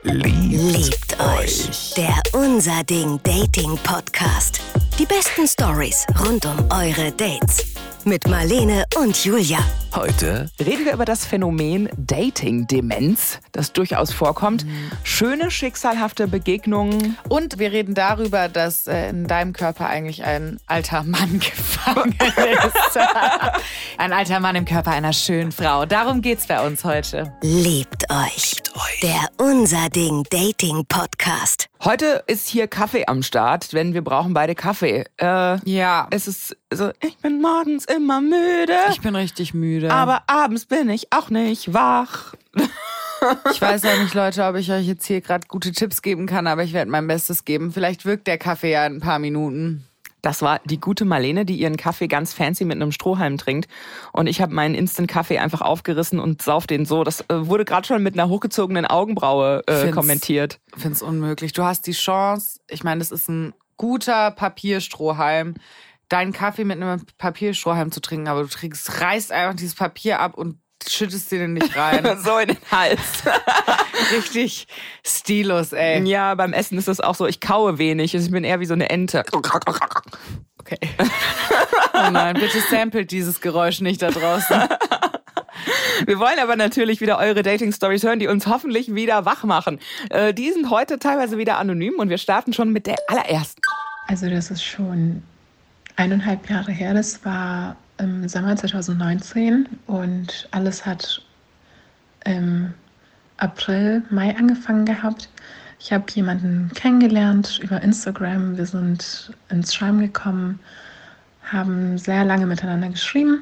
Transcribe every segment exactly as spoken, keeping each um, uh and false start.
Liebt euch. Der Unser Ding Dating Podcast. Die besten Stories rund um eure Dates. Mit Marlene und Julia. Heute reden wir über das Phänomen Dating-Demenz, das durchaus vorkommt. Mhm. Schöne, schicksalhafte Begegnungen. Und wir reden darüber, dass äh, in deinem Körper eigentlich ein alter Mann gefangen ist. Ein alter Mann im Körper einer schönen Frau. Darum geht's bei uns heute. Liebt euch. Liebt euch. Der Unser Ding Dating Podcast. Heute ist hier Kaffee am Start, denn wir brauchen beide Kaffee. Äh, ja. Es ist so, ich bin morgens immer müde. Ich bin richtig müde. Aber abends bin ich auch nicht wach. Ich weiß ja nicht, Leute, ob ich euch jetzt hier gerade gute Tipps geben kann, aber ich werde mein Bestes geben. Vielleicht wirkt der Kaffee ja in ein paar Minuten. Das war die gute Marlene, die ihren Kaffee ganz fancy mit einem Strohhalm trinkt. Und ich habe meinen Instant-Kaffee einfach aufgerissen und sauf den so. Das äh, wurde gerade schon mit einer hochgezogenen Augenbraue äh, Find's, kommentiert. Ich finde es unmöglich. Du hast die Chance, ich meine, das ist ein guter Papierstrohhalm, deinen Kaffee mit einem Papierstrohhalm zu trinken, aber du trinkst, reißt einfach dieses Papier ab und schüttest dir den nicht rein. So in den Hals. Richtig stillos, ey. Ja, beim Essen ist das auch so, ich kaue wenig. Ich bin eher wie so eine Ente. Okay. Oh nein, bitte samplet dieses Geräusch nicht da draußen. Wir wollen aber natürlich wieder eure Dating-Stories hören, die uns hoffentlich wieder wach machen. Äh, die sind heute teilweise wieder anonym und wir starten schon mit der allerersten. Also das ist schon eineinhalb Jahre her. Das war im Sommer zwanzig neunzehn und alles hat im April, Mai angefangen gehabt. Ich habe jemanden kennengelernt über Instagram. Wir sind ins Schreiben gekommen, haben sehr lange miteinander geschrieben.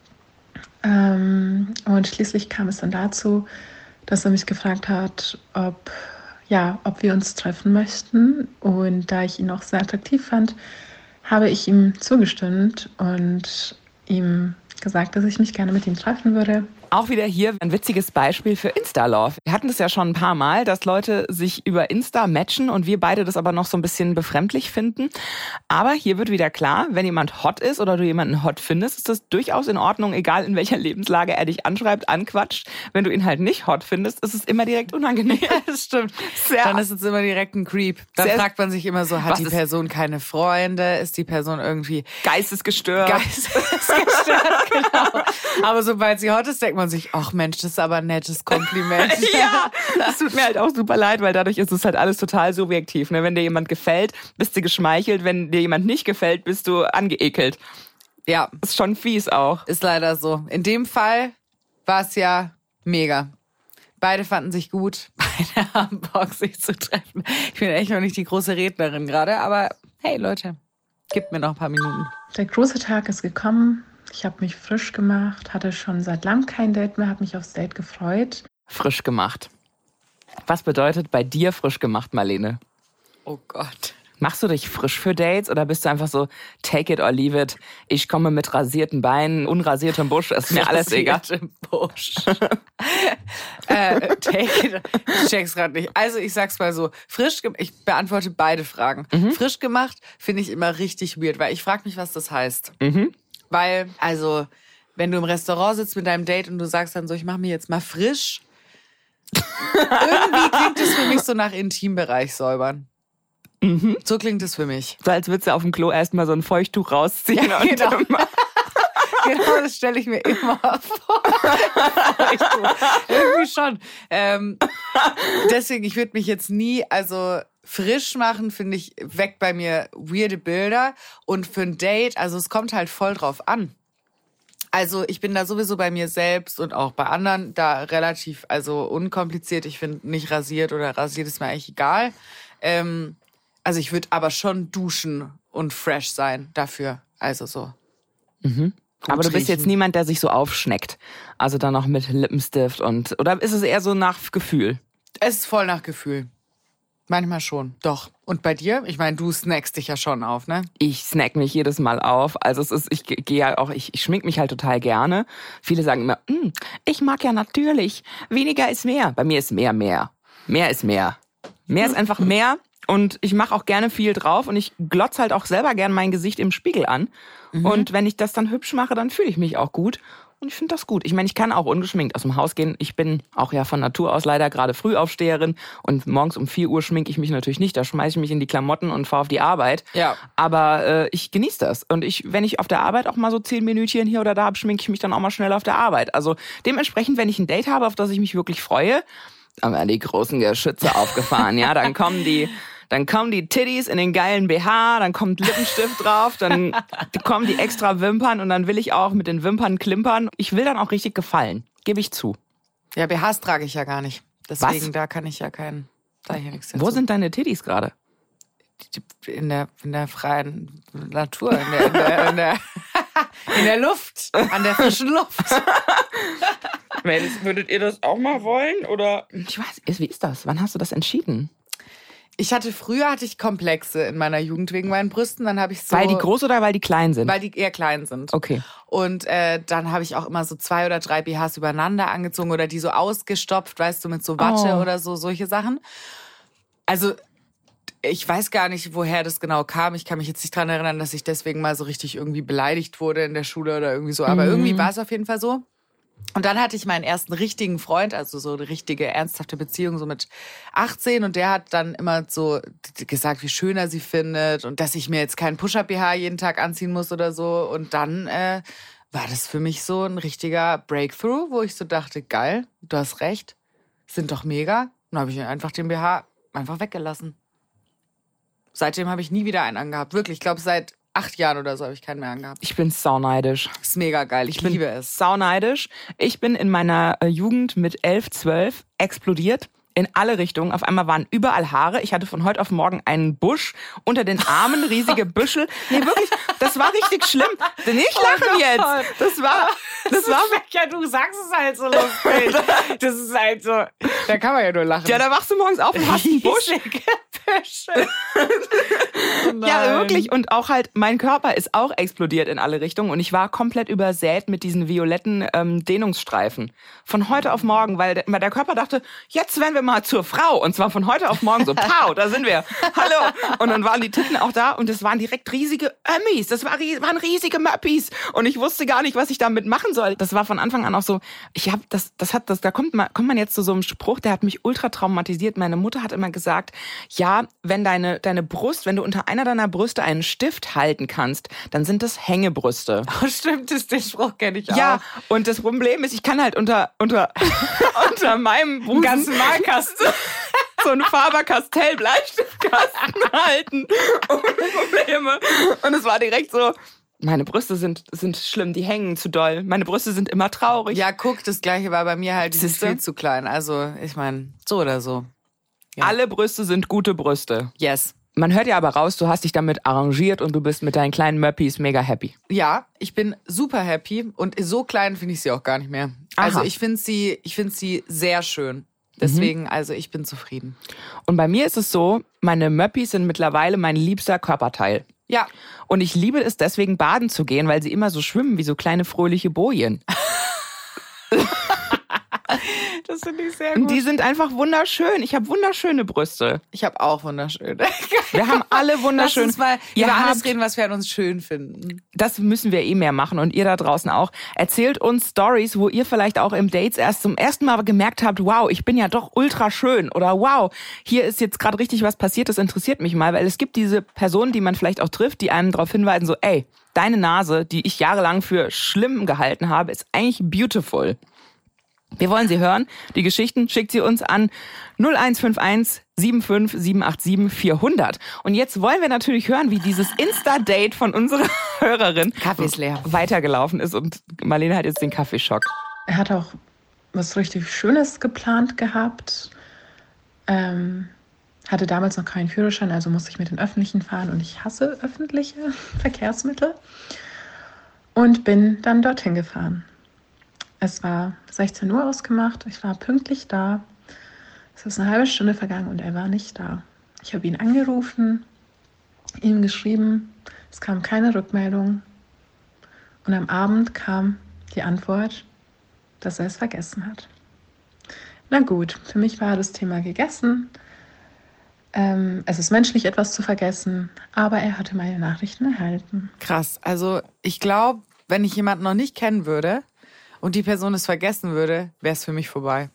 Ähm, und schließlich kam es dann dazu, dass er mich gefragt hat, ob, ja, ob wir uns treffen möchten. Und da ich ihn auch sehr attraktiv fand, habe ich ihm zugestimmt und ihm gesagt, dass ich mich gerne mit ihm treffen würde. Auch wieder hier ein witziges Beispiel für Insta-Love. Wir hatten das ja schon ein paar Mal, dass Leute sich über Insta matchen und wir beide das aber noch so ein bisschen befremdlich finden. Aber hier wird wieder klar, wenn jemand hot ist oder du jemanden hot findest, ist das durchaus in Ordnung, egal in welcher Lebenslage er dich anschreibt, anquatscht. Wenn du ihn halt nicht hot findest, ist es immer direkt unangenehm. Ja, das stimmt. Sehr Dann ist es immer direkt ein Creep. Dann sehr fragt man sich immer so, hat Was die ist- Person keine Freunde? Ist die Person irgendwie geistesgestört. geistesgestört? Genau. Aber sobald sie hot ist, denkt man sich, ach Mensch, das ist aber ein nettes Kompliment. Ja, das tut mir halt auch super leid, weil dadurch ist es halt alles total subjektiv. Ne? Wenn dir jemand gefällt, bist du geschmeichelt. Wenn dir jemand nicht gefällt, bist du angeekelt. Ja, Ist schon fies auch. ist leider so. In dem Fall war es ja mega. Beide fanden sich gut. Beide haben Bock, sich zu treffen. Ich bin echt noch nicht die große Rednerin gerade, aber hey Leute, gebt mir noch ein paar Minuten. Der große Tag ist gekommen. Ich habe mich frisch gemacht, hatte schon seit langem kein Date mehr, habe mich aufs Date gefreut. Frisch gemacht. Was bedeutet bei dir frisch gemacht, Marlene? Oh Gott. Machst du dich frisch für Dates oder bist du einfach so, take it or leave it, ich komme mit rasierten Beinen, unrasiertem Busch, ist mir alles egal. Im Busch. äh, take it. Ich check's gerade nicht. Also ich sag's mal so, frisch gemacht, ich beantworte beide Fragen. Mhm. Frisch gemacht finde ich immer richtig weird, weil ich frage mich, was das heißt. Mhm. Weil, also, wenn du im Restaurant sitzt mit deinem Date und du sagst dann so, ich mache mich jetzt mal frisch, irgendwie klingt es für mich so nach Intimbereich säubern. Mhm. So klingt es für mich. So als würdest du auf dem Klo erstmal so ein Feuchttuch rausziehen. Ja, und genau. immer- Genau, das stelle ich mir immer vor. Irgendwie schon. Ähm, deswegen, ich würde mich jetzt nie, also frisch machen, finde ich, weckt bei mir weirde Bilder. Und für ein Date, also es kommt halt voll drauf an. Also ich bin da sowieso bei mir selbst und auch bei anderen da relativ, also unkompliziert. Ich finde nicht rasiert oder rasiert ist mir eigentlich egal. Ähm, also ich würde aber schon duschen und fresh sein dafür. Also so. Mhm. Aber du bist riechen. jetzt niemand, der sich so aufschneckt. Also dann noch mit Lippenstift und, oder ist es eher so nach Gefühl? Es ist voll nach Gefühl. Manchmal schon, doch. Und bei dir? Ich meine, du snackst dich ja schon auf, ne? Ich snack mich jedes Mal auf. Also es ist, ich gehe ja auch, ich, ich schmink mich halt total gerne. Viele sagen immer, "Mm, ich mag ja natürlich. Weniger ist mehr. Bei mir ist mehr mehr. Mehr ist mehr. Mehr ist einfach mehr. Und ich mache auch gerne viel drauf und ich glotz halt auch selber gern mein Gesicht im Spiegel an. Mhm. Und wenn ich das dann hübsch mache, dann fühle ich mich auch gut. Und ich finde das gut. Ich meine, ich kann auch ungeschminkt aus dem Haus gehen. Ich bin auch ja von Natur aus leider gerade Frühaufsteherin. Und morgens um vier Uhr schminke ich mich natürlich nicht. Da schmeiße ich mich in die Klamotten und fahre auf die Arbeit. Ja. Aber äh, ich genieße das. Und ich, wenn ich auf der Arbeit auch mal so zehn Minütchen hier oder da habe, schminke ich mich dann auch mal schnell auf der Arbeit. Also dementsprechend, wenn ich ein Date habe, auf das ich mich wirklich freue, dann werden die großen Geschütze aufgefahren. Ja, dann kommen die... Dann kommen die Titties in den geilen B H, dann kommt Lippenstift drauf, dann kommen die extra Wimpern und dann will ich auch mit den Wimpern klimpern. Ich will dann auch richtig gefallen, gebe ich zu. Ja, B Hs trage ich ja gar nicht. Deswegen, Was? da kann ich ja keinen, da hier nichts dazu. Wo sind deine Titties gerade? In der, in der freien Natur, in der, in der, in der, in der Luft, an der frischen Luft. Würdet ihr das auch mal wollen? Oder? Ich weiß, wie ist das? Wann hast du das entschieden? Ich hatte früher hatte ich Komplexe in meiner Jugend wegen meinen Brüsten. Dann habe ich so weil die groß oder weil die klein sind? Weil die eher klein sind. Okay. Und äh, dann habe ich auch immer so zwei oder drei B Hs übereinander angezogen oder die so ausgestopft, weißt du, mit so Watte Oh. oder so, solche Sachen. Also ich weiß gar nicht, woher das genau kam. Ich kann mich jetzt nicht dran erinnern, dass ich deswegen mal so richtig irgendwie beleidigt wurde in der Schule oder irgendwie so. Aber Mhm. irgendwie war es auf jeden Fall so. Und dann hatte ich meinen ersten richtigen Freund, also so eine richtige, ernsthafte Beziehung, so mit achtzehn. Und der hat dann immer so gesagt, wie schön er sie findet und dass ich mir jetzt keinen Push-Up-B H jeden Tag anziehen muss oder so. Und dann äh, war das für mich so ein richtiger Breakthrough, wo ich so dachte, geil, du hast recht, sind doch mega. Und dann habe ich einfach den B H einfach weggelassen. Seitdem habe ich nie wieder einen angehabt. Wirklich, ich glaube, seit acht Jahren oder so habe ich keinen mehr angehabt. Ich bin sauneidisch. Ist mega geil, ich, Ich bin liebe es. sauneidisch. Ich bin in meiner äh, Jugend mit elf, zwölf explodiert. In alle Richtungen. Auf einmal waren überall Haare. Ich hatte von heute auf morgen einen Busch unter den Armen, riesige Büschel. Nee, wirklich, das war richtig schlimm. Nicht lachen Oh jetzt. Gott. Das war, das war, Ja, du sagst es halt so lustig. Das ist halt so, da kann man ja nur lachen. ja, da wachst du morgens auf und hast einen Busch. Riesige Büschel. Oh Ja, nein. wirklich. Und auch halt, mein Körper ist auch explodiert in alle Richtungen. Und ich war komplett übersät mit diesen violetten ähm, Dehnungsstreifen. Von heute auf morgen, weil der, weil der Körper dachte, jetzt werden wir mal zur Frau. Und zwar von heute auf morgen so, pow, da sind wir. Hallo. Und dann waren die Titten auch da und es waren direkt riesige Ömmis. Das war, waren riesige Möppis. Und ich wusste gar nicht, was ich damit machen soll. Das war von Anfang an auch so, ich hab das, das hat, das, da kommt man, kommt man jetzt zu so einem Spruch, der hat mich ultra traumatisiert. Meine Mutter hat immer gesagt, ja, wenn deine, deine Brust, wenn du unter einer deiner Brüste einen Stift halten kannst, dann sind das Hängebrüste. Oh, stimmt, das, den Spruch kenne ich auch. Ja, und das Problem ist, ich kann halt unter, unter, unter meinem Busen ganzen Malkasten. so einen Faber-Castell-Bleistiftkasten halten. Ohne Probleme. Und es war direkt so, meine Brüste sind, sind schlimm, die hängen zu doll. Meine Brüste sind immer traurig. Ja, guck, das Gleiche war bei mir halt, die sind Siehste? viel zu klein. Also, ich meine, so oder so. Ja. Alle Brüste sind gute Brüste. Yes. Man hört ja aber raus, du hast dich damit arrangiert und du bist mit deinen kleinen Möppis mega happy. Ja, ich bin super happy und so klein finde ich sie auch gar nicht mehr. Also Aha. ich finde sie, ich finde sie sehr schön. Deswegen, also ich bin zufrieden. Und bei mir ist es so, meine Möppis sind mittlerweile mein liebster Körperteil. Ja. Und ich liebe es deswegen, baden zu gehen, weil sie immer so schwimmen wie so kleine fröhliche Bojen. Das finde ich sehr Und die sind einfach wunderschön. Ich habe wunderschöne Brüste. Ich habe auch wunderschön. Wir haben alle wunderschön. Lass uns mal Ihr über alles habt- reden, was wir an uns schön finden. Das müssen wir eh mehr machen und ihr da draußen auch. Erzählt uns Stories, wo ihr vielleicht auch im Dates erst zum ersten Mal gemerkt habt, wow, ich bin ja doch ultra schön oder wow, hier ist jetzt gerade richtig was passiert, das interessiert mich mal, weil es gibt diese Personen, die man vielleicht auch trifft, die einem darauf hinweisen, so ey, deine Nase, die ich jahrelang für schlimm gehalten habe, ist eigentlich beautiful. Wir wollen sie hören. Die Geschichten schickt sie uns an null eins fünf eins sieben fünf sieben acht sieben vierhundert. Und jetzt wollen wir natürlich hören, wie dieses Insta-Date von unserer Hörerin Kaffee ist leer. weitergelaufen ist. Und Marlene hat jetzt den Kaffeeschock. Er hat auch was richtig Schönes geplant gehabt. Ähm, hatte damals noch keinen Führerschein, also musste ich mit den Öffentlichen fahren und ich hasse öffentliche Verkehrsmittel. Und bin dann dorthin gefahren. Es war sechzehn Uhr ausgemacht, ich war pünktlich da. Es ist eine halbe Stunde vergangen und er war nicht da. Ich habe ihn angerufen, ihm geschrieben, es kam keine Rückmeldung. Und am Abend kam die Antwort, dass er es vergessen hat. Na gut, für mich war das Thema gegessen. Ähm, es ist menschlich, etwas zu vergessen, aber er hatte meine Nachrichten erhalten. Krass. Also ich glaube, wenn ich jemanden noch nicht kennen würde und die Person es vergessen würde, wäre es für mich vorbei.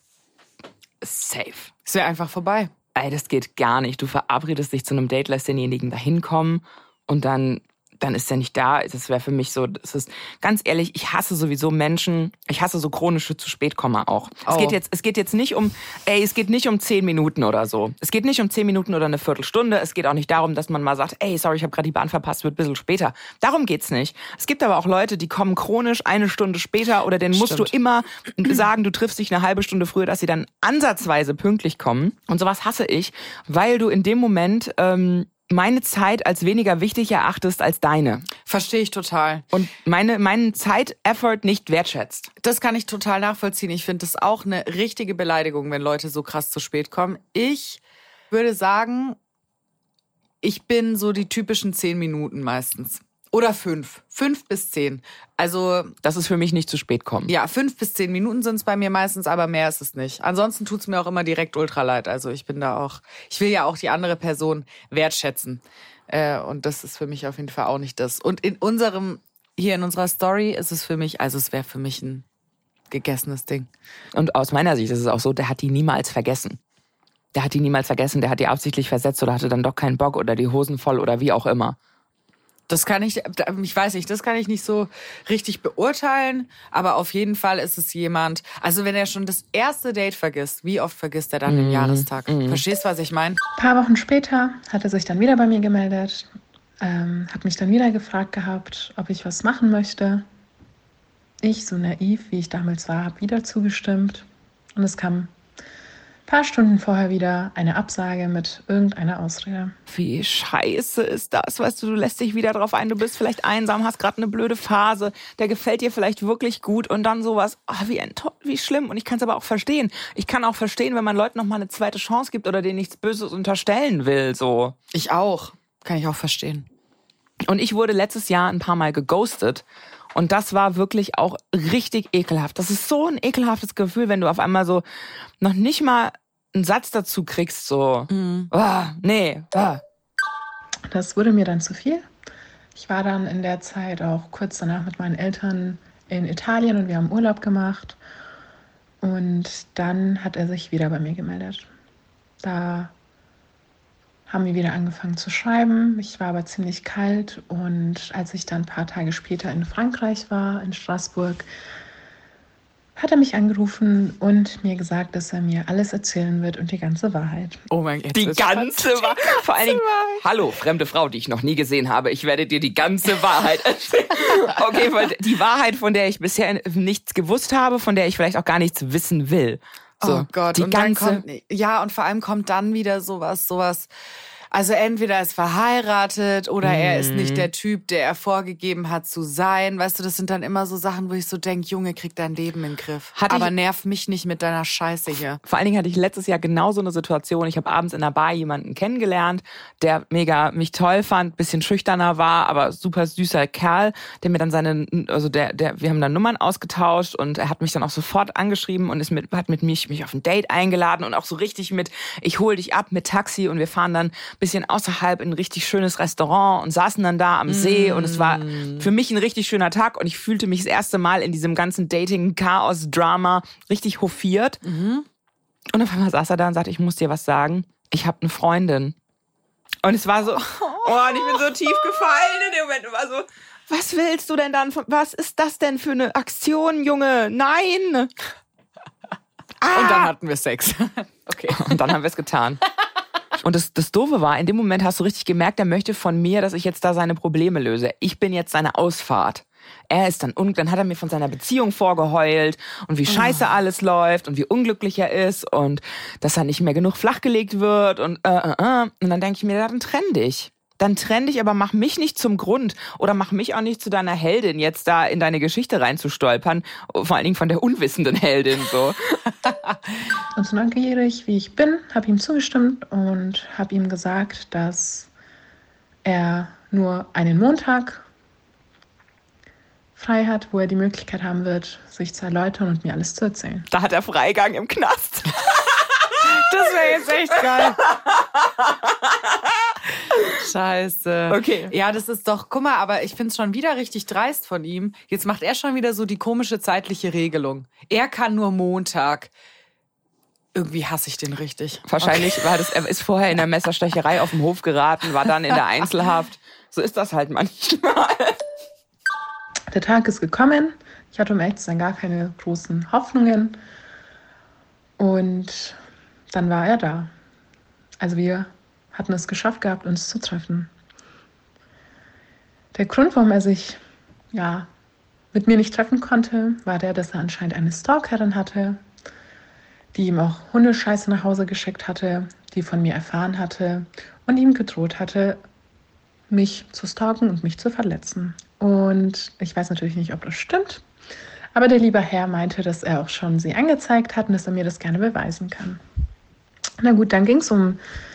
Safe. Es wäre einfach vorbei. Ey, das geht gar nicht. Du verabredest dich zu einem Date, lässt denjenigen da hinkommen und dann, dann ist er nicht da. Das wäre für mich so, das ist, ganz ehrlich, ich hasse sowieso Menschen, ich hasse so chronische Zu-Spät-Komma auch. Oh. Es geht jetzt, es geht jetzt nicht um, ey, es geht nicht um zehn Minuten oder so. Es geht nicht um zehn Minuten oder eine Viertelstunde. Es geht auch nicht darum, dass man mal sagt, ey, sorry, ich habe gerade die Bahn verpasst, wird ein bisschen später. Darum geht's nicht. Es gibt aber auch Leute, die kommen chronisch eine Stunde später oder denen musst Stimmt. du immer sagen, du triffst dich eine halbe Stunde früher, dass sie dann ansatzweise pünktlich kommen. Und sowas hasse ich, weil du in dem Moment ähm, meine Zeit als weniger wichtig erachtest als deine. Verstehe ich total. Und meine, meinen Zeit-Effort nicht wertschätzt. Das kann ich total nachvollziehen. Ich finde das auch eine richtige Beleidigung, wenn Leute so krass zu spät kommen. Ich würde sagen, ich bin so die typischen zehn Minuten meistens. Oder fünf. Fünf bis zehn. Also das ist für mich nicht zu spät kommen. Ja, fünf bis zehn Minuten sind es bei mir meistens, aber mehr ist es nicht. Ansonsten tut's mir auch immer direkt ultra leid. Also ich bin da auch, ich will ja auch die andere Person wertschätzen. Äh, und das ist für mich auf jeden Fall auch nicht das. Und in unserem, hier in unserer Story ist es für mich, also es wäre für mich ein gegessenes Ding. Und aus meiner Sicht ist es auch so, der hat die niemals vergessen. Der hat die niemals vergessen, der hat die absichtlich versetzt oder hatte dann doch keinen Bock oder die Hosen voll oder wie auch immer. Das kann ich, ich weiß nicht, das kann ich nicht so richtig beurteilen, aber auf jeden Fall ist es jemand, also wenn er schon das erste Date vergisst, wie oft vergisst er dann den mm, Jahrestag? Mm. Verstehst du, was ich meine? Ein paar Wochen später hat er sich dann wieder bei mir gemeldet, ähm, hat mich dann wieder gefragt gehabt, ob ich was machen möchte. Ich, so naiv, wie ich damals war, habe wieder zugestimmt und es kam ein paar Stunden vorher wieder eine Absage mit irgendeiner Ausrede. Wie scheiße ist das? Weißt du, du lässt dich wieder drauf ein, du bist vielleicht einsam, hast gerade eine blöde Phase, der gefällt dir vielleicht wirklich gut und dann sowas, oh, wie enttäuscht, wie schlimm. Und ich kann es aber auch verstehen. Ich kann auch verstehen, wenn man Leuten noch mal eine zweite Chance gibt oder denen nichts Böses unterstellen will. So. Ich auch. Kann ich auch verstehen. Und ich wurde letztes Jahr ein paar Mal geghostet. Und das war wirklich auch richtig ekelhaft. Das ist so ein ekelhaftes Gefühl, wenn du auf einmal so noch nicht mal einen Satz dazu kriegst, so, mhm. oh, nee. Oh. Das wurde mir dann zu viel. Ich war dann in der Zeit auch kurz danach mit meinen Eltern in Italien und wir haben Urlaub gemacht. Und dann hat er sich wieder bei mir gemeldet. Da haben wir wieder angefangen zu schreiben. Ich war aber ziemlich kalt und als ich dann ein paar Tage später in Frankreich war, in Straßburg, hat er mich angerufen und mir gesagt, dass er mir alles erzählen wird und die ganze Wahrheit. Oh mein Gott. Die ganze Wahrheit. Vor allen Dingen, hallo, fremde Frau, die ich noch nie gesehen habe. Ich werde dir die ganze Wahrheit erzählen. Okay, weil die Wahrheit, von der ich bisher nichts gewusst habe, von der ich vielleicht auch gar nichts wissen will. So, oh Gott, die und ganze dann kommt, ja, und vor allem kommt dann wieder sowas, sowas. Also entweder er ist verheiratet oder mm. er ist nicht der Typ, der er vorgegeben hat zu sein. Weißt du, das sind dann immer so Sachen, wo ich so denke, Junge, krieg dein Leben in den Griff. Hatte Aber ich, nerv mich nicht mit deiner Scheiße hier. Vor allen Dingen hatte ich letztes Jahr genau so eine Situation. Ich habe abends in einer Bar jemanden kennengelernt, der mega mich toll fand, bisschen schüchterner war, aber super süßer Kerl, der mir dann seine, also der, der, wir haben dann Nummern ausgetauscht und er hat mich dann auch sofort angeschrieben und ist mit, hat mit mich, mich auf ein Date eingeladen und auch so richtig mit, ich hol dich ab mit Taxi und wir fahren dann bisschen außerhalb in ein richtig schönes Restaurant und saßen dann da am See mm. und es war für mich ein richtig schöner Tag und ich fühlte mich das erste Mal in diesem ganzen Dating-Chaos-Drama richtig hofiert. Mhm. Und auf einmal saß er da und sagte, ich muss dir was sagen, ich habe eine Freundin. Und es war so, oh, und ich bin so tief gefallen in dem Moment und war so, was willst du denn dann, was ist das denn für eine Aktion, Junge? Nein! Ah. Und dann hatten wir Sex. Okay. Und dann haben wir es getan. Und das, das Doofe war, in dem Moment hast du richtig gemerkt, er möchte von mir, dass ich jetzt da seine Probleme löse. Ich bin jetzt seine Ausfahrt. Er ist dann, un- dann hat er mir von seiner Beziehung vorgeheult und wie scheiße oh. alles läuft und wie unglücklich er ist und dass er nicht mehr genug flachgelegt wird und äh, äh, äh. Und dann denke ich mir, ja, dann trenn dich. Dann trenn dich, aber mach mich nicht zum Grund oder mach mich auch nicht zu deiner Heldin, jetzt da in deine Geschichte reinzustolpern. Vor allen Dingen von der unwissenden Heldin, so. Und so neugierig wie ich bin, habe ihm zugestimmt und habe ihm gesagt, dass er nur einen Montag frei hat, wo er die Möglichkeit haben wird, sich zu erläutern und mir alles zu erzählen. Da hat er Freigang im Knast. Das wäre jetzt echt geil. Scheiße. Okay. Ja, das ist doch, guck mal, aber ich finde es schon wieder richtig dreist von ihm. Jetzt macht er schon wieder so die komische zeitliche Regelung. Er kann nur Montag. Irgendwie hasse ich den richtig. Wahrscheinlich okay. war das, er ist vorher in der Messerstecherei auf dem Hof geraten, war dann in der Einzelhaft. So ist das halt manchmal. Der Tag ist gekommen. Ich hatte um ehrlich zu sein gar keine großen Hoffnungen. Und dann war er da. Also wir hatten es geschafft gehabt, uns zu treffen. Der Grund, warum er sich ja, mit mir nicht treffen konnte, war der, dass er anscheinend eine Stalkerin hatte, die ihm auch Hundescheiße nach Hause geschickt hatte, die von mir erfahren hatte und ihm gedroht hatte, mich zu stalken und mich zu verletzen. Und ich weiß natürlich nicht, ob das stimmt, aber der liebe Herr meinte, dass er auch schon sie angezeigt hat und dass er mir das gerne beweisen kann. Na gut, dann ging es um,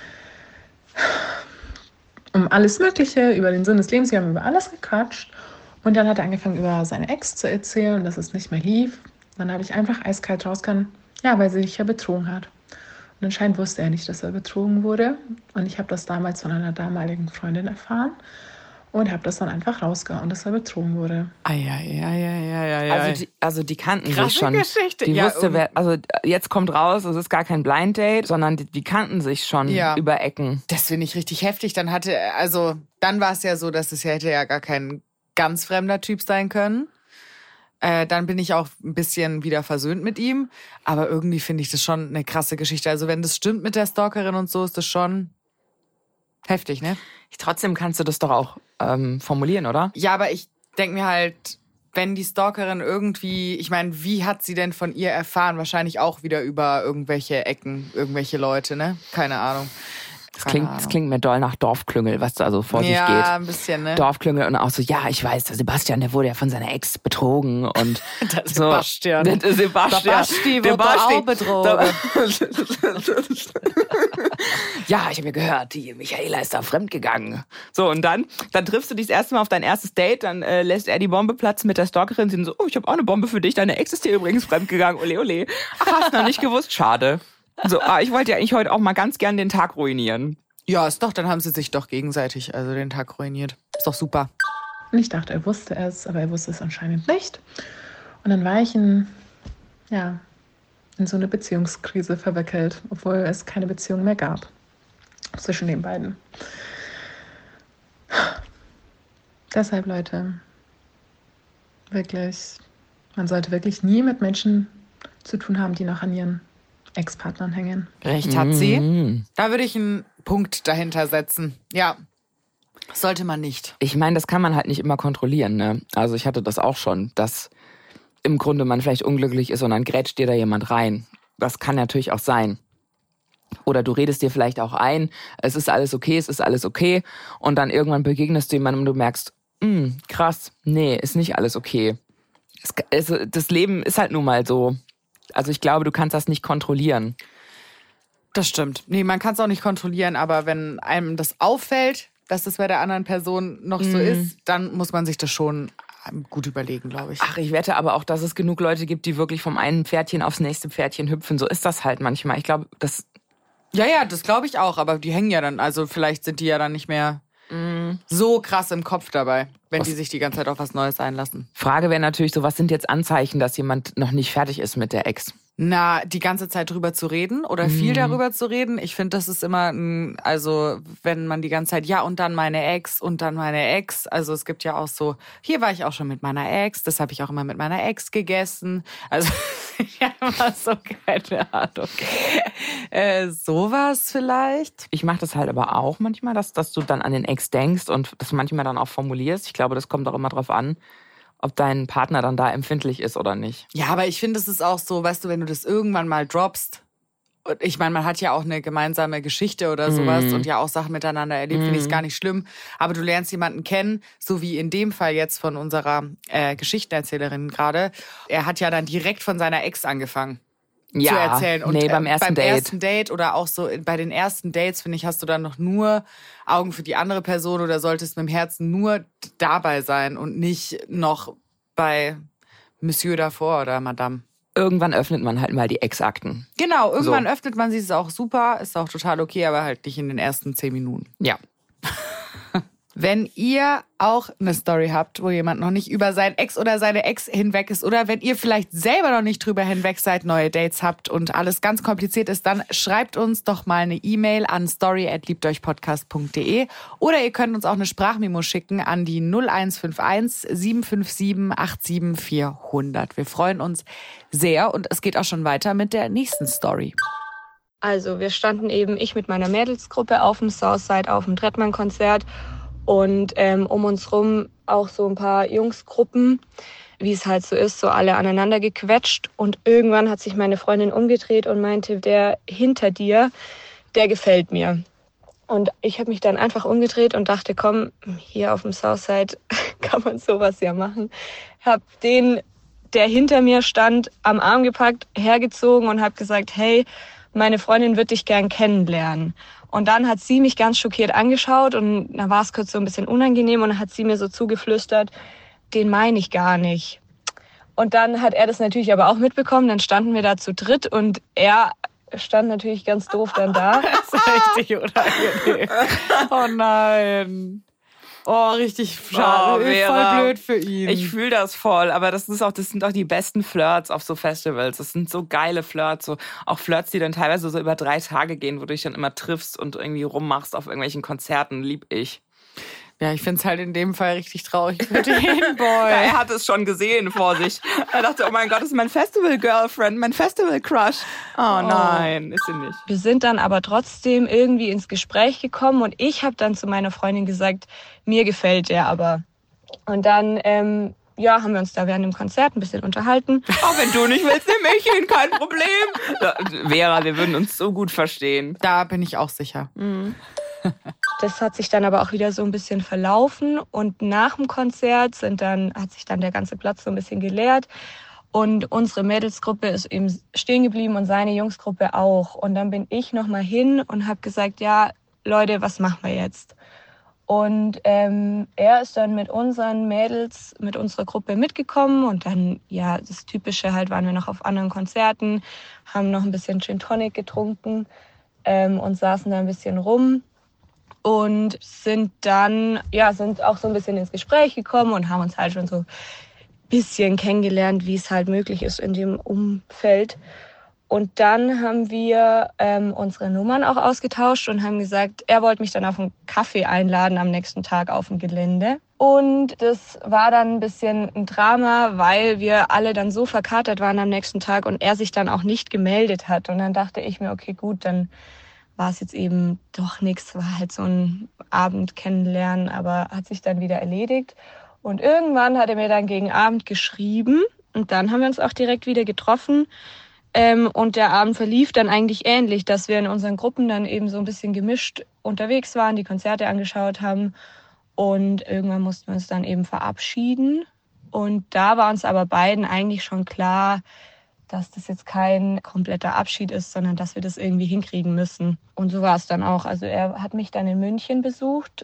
um alles Mögliche, über den Sinn des Lebens. Wir haben über alles gequatscht. Und dann hat er angefangen, über seine Ex zu erzählen, dass es nicht mehr lief. Dann habe ich einfach eiskalt rausgegangen, ja, weil sie sich ja betrogen hat. Und anscheinend wusste er nicht, dass er betrogen wurde. Und ich habe das damals von einer damaligen Freundin erfahren und habe das dann einfach rausgehauen, dass er betrogen wurde. Ah, ja, ja, ja, ja, ja, ja. Also die, also die kannten Krasse sich schon. Geschichte. Die Ja, wusste, um- wer, also jetzt kommt raus, es ist gar kein Blind Date, sondern die, die kannten sich schon Ja. über Ecken. Das finde ich richtig heftig. Dann hatte, also, dann war es ja so, dass es ja hätte ja gar kein ganz fremder Typ sein können. Äh, dann bin ich auch ein bisschen wieder versöhnt mit ihm. Aber irgendwie finde ich das schon eine krasse Geschichte. Also wenn das stimmt mit der Stalkerin und so, ist das schon heftig, ne? Trotzdem kannst du das doch auch ähm, formulieren, oder? Ja, aber ich denke mir halt, wenn die Stalkerin irgendwie, ich meine, wie hat sie denn von ihr erfahren? Wahrscheinlich auch wieder über irgendwelche Ecken, irgendwelche Leute, ne? Keine Ahnung. Das klingt, das klingt mir doll nach Dorfklüngel, was da also vor sich ja, geht. ein bisschen, ne? Dorfklüngel und auch so, ja, ich weiß, der Sebastian, der wurde ja von seiner Ex betrogen und Der so. Sebastian. Der, der Sebastian. Der Basti Der wird doch auch betrogen. Ja, ich habe ja gehört, die Michaela ist da fremdgegangen. So, und dann, dann triffst du dich das erste Mal auf dein erstes Date, dann äh, lässt er die Bombe platzen mit der Stalkerin. Sie sind so, oh, ich habe auch eine Bombe für dich, deine Ex ist dir übrigens fremdgegangen, ole ole. Ach, hast noch nicht gewusst, schade. So, ah, ich wollte ja eigentlich heute auch mal ganz gern den Tag ruinieren. Ja, ist doch, dann haben sie sich doch gegenseitig also den Tag ruiniert. Ist doch super. Und ich dachte, er wusste es, aber er wusste es anscheinend nicht. Und dann war ich in, ja, in so eine Beziehungskrise verwickelt, obwohl es keine Beziehung mehr gab zwischen den beiden. Deshalb, Leute, wirklich, man sollte wirklich nie mit Menschen zu tun haben, die noch an ihren Ex-Partnern hängen. Recht hat sie. Mhm. Da würde ich einen Punkt dahinter setzen. Ja, sollte man nicht. Ich meine, das kann man halt nicht immer kontrollieren, ne? Also ich hatte das auch schon, dass im Grunde man vielleicht unglücklich ist und dann grätscht dir da jemand rein. Das kann natürlich auch sein. Oder du redest dir vielleicht auch ein, es ist alles okay, es ist alles okay. Und dann irgendwann begegnest du jemandem und du merkst, hm, krass, nee, ist nicht alles okay. Es, es, das Leben ist halt nun mal so. Also ich glaube, du kannst das nicht kontrollieren. Das stimmt. Nee, man kann es auch nicht kontrollieren, aber wenn einem das auffällt, dass das bei der anderen Person noch so ist, dann muss man sich das schon gut überlegen, glaube ich. Ach, ich wette aber auch, dass es genug Leute gibt, die wirklich vom einen Pferdchen aufs nächste Pferdchen hüpfen. So ist das halt manchmal. Ich glaube, das... Ja, ja, das glaube ich auch, aber die hängen ja dann, also vielleicht sind die ja dann nicht mehr mm. so krass im Kopf dabei, wenn was? die sich die ganze Zeit auf was Neues einlassen. Frage wäre natürlich so, was sind jetzt Anzeichen, dass jemand noch nicht fertig ist mit der Ex? Na, die ganze Zeit drüber zu reden oder viel Mhm. darüber zu reden. Ich finde, das ist immer, ein, also wenn man die ganze Zeit, ja und dann meine Ex und dann meine Ex. Also es gibt ja auch so, hier war ich auch schon mit meiner Ex, das habe ich auch immer mit meiner Ex gegessen. Also ja, immer so, keine Ahnung. Äh, sowas vielleicht. Ich mache das halt aber auch manchmal, dass, dass du dann an den Ex denkst und das manchmal dann auch formulierst. Ich glaube, das kommt auch immer drauf an, ob dein Partner dann da empfindlich ist oder nicht. Ja, aber ich finde, es ist auch so, weißt du, wenn du das irgendwann mal droppst, und ich meine, man hat ja auch eine gemeinsame Geschichte oder sowas Mhm. und ja auch Sachen miteinander erlebt, finde ich es gar nicht schlimm. Aber du lernst jemanden kennen, so wie in dem Fall jetzt von unserer äh, Geschichtenerzählerin gerade. Er hat ja dann direkt von seiner Ex angefangen. Ja, zu erzählen. Und nee, beim äh, ersten beim Date. ersten Date oder auch so bei den ersten Dates, finde ich, hast du dann noch nur Augen für die andere Person oder solltest mit dem Herzen nur dabei sein und nicht noch bei Monsieur davor oder Madame. Irgendwann öffnet man halt mal die Ex-Akten. Genau, irgendwann So. öffnet man sie, ist auch super, ist auch total okay, aber halt nicht in den ersten zehn Minuten. Ja. Wenn ihr auch eine Story habt, wo jemand noch nicht über sein Ex oder seine Ex hinweg ist oder wenn ihr vielleicht selber noch nicht drüber hinweg seid, neue Dates habt und alles ganz kompliziert ist, dann schreibt uns doch mal eine E-Mail an story at liebteuchpodcast punkt de oder ihr könnt uns auch eine Sprachmemo schicken an die null eins fünf eins sieben fünf sieben acht sieben vier null null. Wir freuen uns sehr und es geht auch schon weiter mit der nächsten Story. Also wir standen eben, ich mit meiner Mädelsgruppe auf dem Southside auf dem Trettmann-Konzert und ähm, um uns rum auch so ein paar Jungsgruppen, wie es halt so ist, so alle aneinander gequetscht. Und irgendwann hat sich meine Freundin umgedreht und meinte, der hinter dir, der gefällt mir. Und ich habe mich dann einfach umgedreht und dachte, komm, hier auf dem Southside kann man sowas ja machen. Hab den, der hinter mir stand, am Arm gepackt, hergezogen und habe gesagt, hey, meine Freundin wird dich gern kennenlernen. Und dann hat sie mich ganz schockiert angeschaut und dann war es kurz so ein bisschen unangenehm und dann hat sie mir so zugeflüstert, den meine ich gar nicht. Und dann hat er das natürlich aber auch mitbekommen, dann standen wir da zu dritt und er stand natürlich ganz doof dann da. Das ist richtig unangenehm. Oh nein. Oh, richtig schade. Oh, Vera, voll blöd für ihn. Ich fühle das voll, aber das ist auch, das sind auch die besten Flirts auf so Festivals. Das sind so geile Flirts, so auch Flirts, die dann teilweise so über drei Tage gehen, wo du dich dann immer triffst und irgendwie rummachst auf irgendwelchen Konzerten. Lieb ich. Ja, ich find's halt in dem Fall richtig traurig für den Boy. Ja, er hat es schon gesehen vor sich. Er dachte, oh mein Gott, das ist mein Festival-Girlfriend, mein Festival-Crush. Oh, oh nein, ist sie nicht. Wir sind dann aber trotzdem irgendwie ins Gespräch gekommen und ich habe dann zu meiner Freundin gesagt, mir gefällt der aber. Und dann ähm, ja, haben wir uns da während dem Konzert ein bisschen unterhalten. Auch wenn du nicht willst, nehme ich ihn, kein Problem. Da, Vera, wir würden uns so gut verstehen. Da bin ich auch sicher. Mhm. Das hat sich dann aber auch wieder so ein bisschen verlaufen und nach dem Konzert sind dann, hat sich dann der ganze Platz so ein bisschen geleert und unsere Mädelsgruppe ist eben stehen geblieben und seine Jungsgruppe auch. Und dann bin ich nochmal hin und habe gesagt, ja, Leute, was machen wir jetzt? Und ähm, er ist dann mit unseren Mädels, mit unserer Gruppe mitgekommen und dann, ja, das Typische halt, waren wir noch auf anderen Konzerten, haben noch ein bisschen Gin Tonic getrunken ähm, und saßen da ein bisschen rum. Und sind dann, ja, sind auch so ein bisschen ins Gespräch gekommen und haben uns halt schon so ein bisschen kennengelernt, wie es halt möglich ist in dem Umfeld. Und dann haben wir ähm, unsere Nummern auch ausgetauscht und haben gesagt, er wollte mich dann auf einen Kaffee einladen am nächsten Tag auf dem Gelände. Und das war dann ein bisschen ein Drama, weil wir alle dann so verkatert waren am nächsten Tag und er sich dann auch nicht gemeldet hat. Und dann dachte ich mir, okay, gut, dann war es jetzt eben doch nichts, war halt so ein Abend kennenlernen, aber hat sich dann wieder erledigt. Und irgendwann hat er mir dann gegen Abend geschrieben und dann haben wir uns auch direkt wieder getroffen. Ähm, und der Abend verlief dann eigentlich ähnlich, dass wir in unseren Gruppen dann eben so ein bisschen gemischt unterwegs waren, die Konzerte angeschaut haben und irgendwann mussten wir uns dann eben verabschieden. Und da war uns aber beiden eigentlich schon klar, dass das jetzt kein kompletter Abschied ist, sondern dass wir das irgendwie hinkriegen müssen. Und so war es dann auch. Also er hat mich dann in München besucht,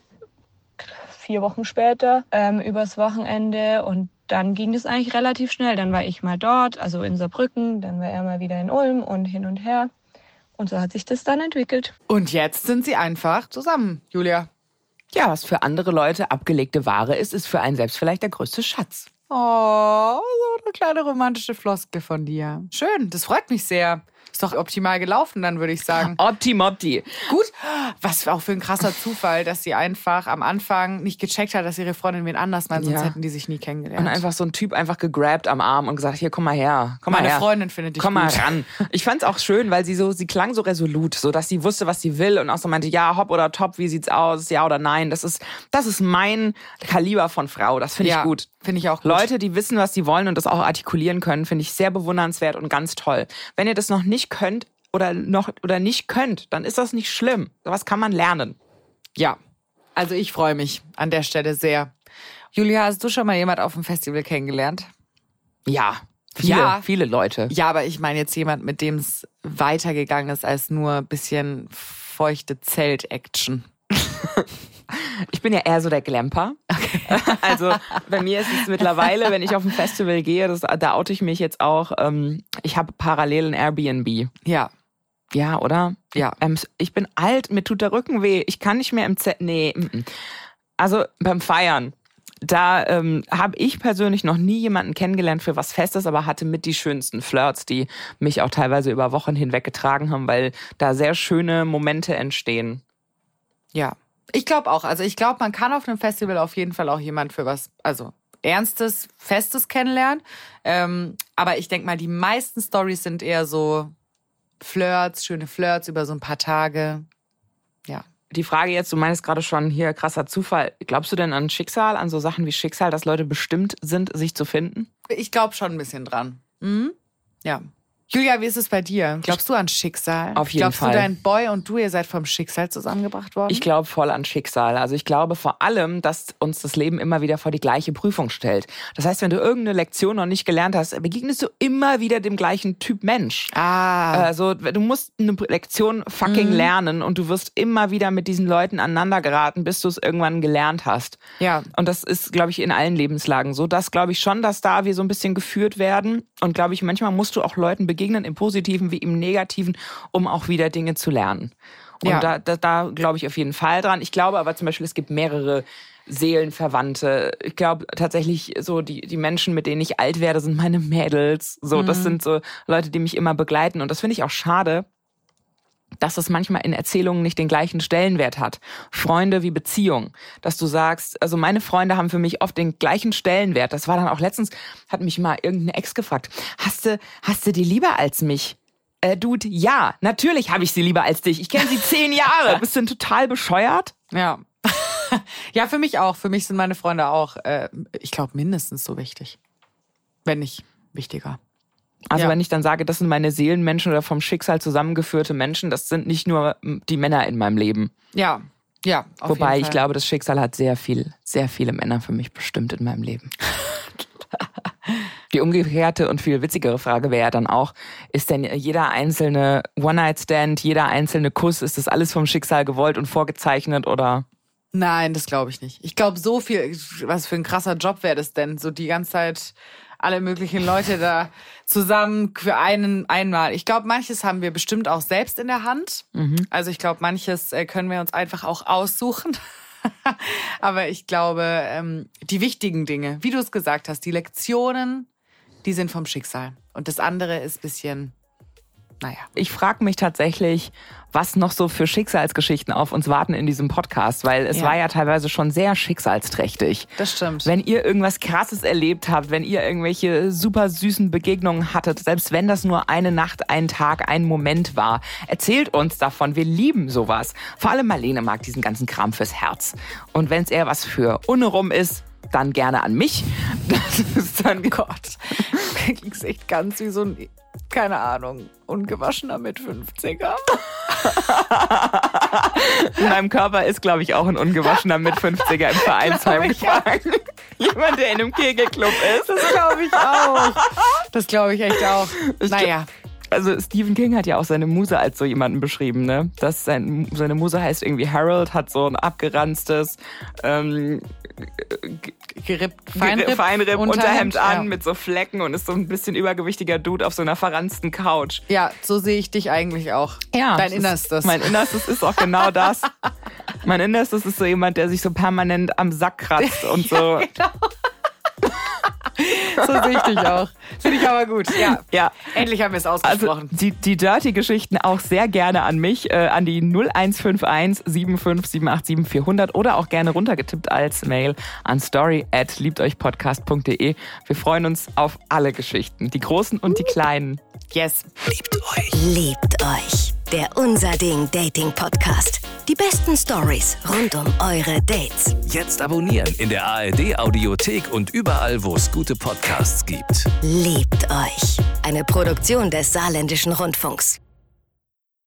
vier Wochen später, ähm, übers Wochenende. Und dann ging das eigentlich relativ schnell. Dann war ich mal dort, also in Saarbrücken, dann war er mal wieder in Ulm und hin und her. Und so hat sich das dann entwickelt. Und jetzt sind sie einfach zusammen, Julia. Ja, was für andere Leute abgelegte Ware ist, ist für einen selbst vielleicht der größte Schatz. Oh, so eine kleine romantische Floskel von dir. Schön, das freut mich sehr. Ist doch optimal gelaufen, dann würde ich sagen. Optimopti. Gut, was auch für ein krasser Zufall, dass sie einfach am Anfang nicht gecheckt hat, dass ihre Freundin wen anders meint, sonst Ja. hätten die sich nie kennengelernt. Und einfach so ein Typ einfach gegrabt am Arm und gesagt, hier, komm mal her, komm Meine mal her. Freundin findet dich Komm gut. mal ran. Ich fand's auch schön, weil sie so, sie klang so resolut, so dass sie wusste, was sie will und auch so meinte, ja, hopp oder top, wie sieht's aus, ja oder nein. Das ist, das ist mein Kaliber von Frau. Das finde ich Ja, gut. finde ich auch gut. Leute, die wissen, was sie wollen und das auch artikulieren können, finde ich sehr bewundernswert und ganz toll. Wenn ihr das noch nicht könnt oder noch oder nicht könnt, dann ist das nicht schlimm. Sowas kann man lernen. Ja, also ich freue mich an der Stelle sehr. Julia, hast du schon mal jemand auf dem Festival kennengelernt? Ja, viele, Ja. viele Leute. Ja, aber ich meine jetzt jemand, mit dem es weitergegangen ist als nur ein bisschen feuchte Zelt-Action. Ich bin ja eher so der Glamper. Okay. Also bei mir ist es mittlerweile, wenn ich auf ein Festival gehe, das, da oute ich mich jetzt auch, ähm, ich habe parallel ein Airbnb. Ja. Ja, oder? Ja. Ähm, ich bin alt, mir tut der Rücken weh. Ich kann nicht mehr im Zelt. Nee. M -m. Also beim Feiern, da ähm, habe ich persönlich noch nie jemanden kennengelernt für was Festes, aber hatte mit die schönsten Flirts, die mich auch teilweise über Wochen hinweg getragen haben, weil da sehr schöne Momente entstehen. Ja, ich glaube auch. Also ich glaube, man kann auf einem Festival auf jeden Fall auch jemand für was, also Ernstes, Festes kennenlernen. Ähm, aber ich denke mal, die meisten Storys sind eher so Flirts, schöne Flirts über so ein paar Tage. Ja. Die Frage jetzt, du meinst gerade schon hier krasser Zufall. Glaubst du denn an Schicksal, an so Sachen wie Schicksal, dass Leute bestimmt sind, sich zu finden? Ich glaube schon ein bisschen dran. Mhm. Ja. Julia, wie ist es bei dir? Glaubst du an Schicksal? Auf jeden Glaubst Fall. Glaubst du, dein Boy und du, ihr seid vom Schicksal zusammengebracht worden? Ich glaube voll an Schicksal. Also ich glaube vor allem, dass uns das Leben immer wieder vor die gleiche Prüfung stellt. Das heißt, wenn du irgendeine Lektion noch nicht gelernt hast, begegnest du immer wieder dem gleichen Typ Mensch. Ah. Also du musst eine Lektion fucking mhm. lernen und du wirst immer wieder mit diesen Leuten aneinander geraten, bis du es irgendwann gelernt hast. Ja. Und das ist, glaube ich, in allen Lebenslagen so. Das glaube ich schon, dass da wir so ein bisschen geführt werden. Und glaube ich, manchmal musst du auch Leuten begegnen, im Positiven wie im Negativen, um auch wieder Dinge zu lernen. Und ja. da, da, da glaube ich auf jeden Fall dran. Ich glaube aber zum Beispiel, es gibt mehrere Seelenverwandte. Ich glaube tatsächlich, so die, die Menschen, mit denen ich alt werde, sind meine Mädels. So, mhm. das sind so Leute, die mich immer begleiten. Und das finde ich auch schade, dass es manchmal in Erzählungen nicht den gleichen Stellenwert hat. Freunde wie Beziehung. Dass du sagst, also meine Freunde haben für mich oft den gleichen Stellenwert. Das war dann auch letztens, hat mich mal irgendeine Ex gefragt, hast du, hast du die lieber als mich? Äh, Dude, ja, natürlich habe ich sie lieber als dich. Ich kenne sie zehn Jahre. Bist du denn total bescheuert? Ja. Ja, für mich auch. Für mich sind meine Freunde auch, äh, ich glaube, mindestens so wichtig. Wenn nicht wichtiger. Also ja. wenn ich dann sage, das sind meine Seelenmenschen oder vom Schicksal zusammengeführte Menschen, das sind nicht nur die Männer in meinem Leben. Ja, ja. Auf Wobei jeden ich Fall. glaube, das Schicksal hat sehr viel, sehr viele Männer für mich bestimmt in meinem Leben. Die umgekehrte und viel witzigere Frage wäre ja dann auch, ist denn jeder einzelne One-Night-Stand, jeder einzelne Kuss, ist das alles vom Schicksal gewollt und vorgezeichnet oder? Nein, das glaube ich nicht. Ich glaube, so viel, was für ein krasser Job wäre das denn, so die ganze Zeit alle möglichen Leute da zusammen für einen einmal. Ich glaube, manches haben wir bestimmt auch selbst in der Hand. Mhm. Also ich glaube, manches können wir uns einfach auch aussuchen. Aber ich glaube, ähm, die wichtigen Dinge, wie du es gesagt hast, die Lektionen, die sind vom Schicksal. Und das andere ist ein bisschen, naja. Ich frage mich tatsächlich, was noch so für Schicksalsgeschichten auf uns warten in diesem Podcast, weil es ja. war ja teilweise schon sehr schicksalsträchtig. Das stimmt. Wenn ihr irgendwas Krasses erlebt habt, wenn ihr irgendwelche super süßen Begegnungen hattet, selbst wenn das nur eine Nacht, ein Tag, ein Moment war, erzählt uns davon. Wir lieben sowas. Vor allem Marlene mag diesen ganzen Kram fürs Herz. Und wenn es eher was für Unrum ist, dann gerne an mich. Das ist dann, Gott, mir ging's echt ganz wie so ein, keine Ahnung, ungewaschener mit fünfziger. In meinem Körper ist, glaube ich, auch ein ungewaschener mit fünfziger im Vereinsheim gefangen. Jemand, der in einem Kegelclub ist. Das glaube ich auch. Das glaube ich echt auch. Naja. Also Stephen King hat ja auch seine Muse als so jemanden beschrieben, ne? Das sein, seine Muse heißt irgendwie Harold, hat so ein abgeranztes ähm, gerippt, Feinripp, Feinripp Unterhemd an ja. mit so Flecken und ist so ein bisschen übergewichtiger Dude auf so einer verranzten Couch. Ja, so sehe ich dich eigentlich auch. Ja, dein Innerstes. Ist, mein Innerstes ist auch genau das. Mein Innerstes ist so jemand, der sich so permanent am Sack kratzt und so. Ja, genau. So sehe ich dich auch. Finde ich aber gut. Ja. ja. Endlich haben wir es ausgesprochen. Also die, die Dirty-Geschichten auch sehr gerne an mich, äh, an die null eins fünf eins sieben fünf sieben acht sieben vier null null oder auch gerne runtergetippt als Mail an story at liebteuchpodcast punkt de. Wir freuen uns auf alle Geschichten, die großen und die kleinen. Yes. Liebt euch. Liebt euch. Der Unser Ding Dating Podcast. Die besten Stories rund um eure Dates. Jetzt abonnieren in der A R D Audiothek und überall, wo es gute Podcasts gibt. Liebt euch. Eine Produktion des Saarländischen Rundfunks.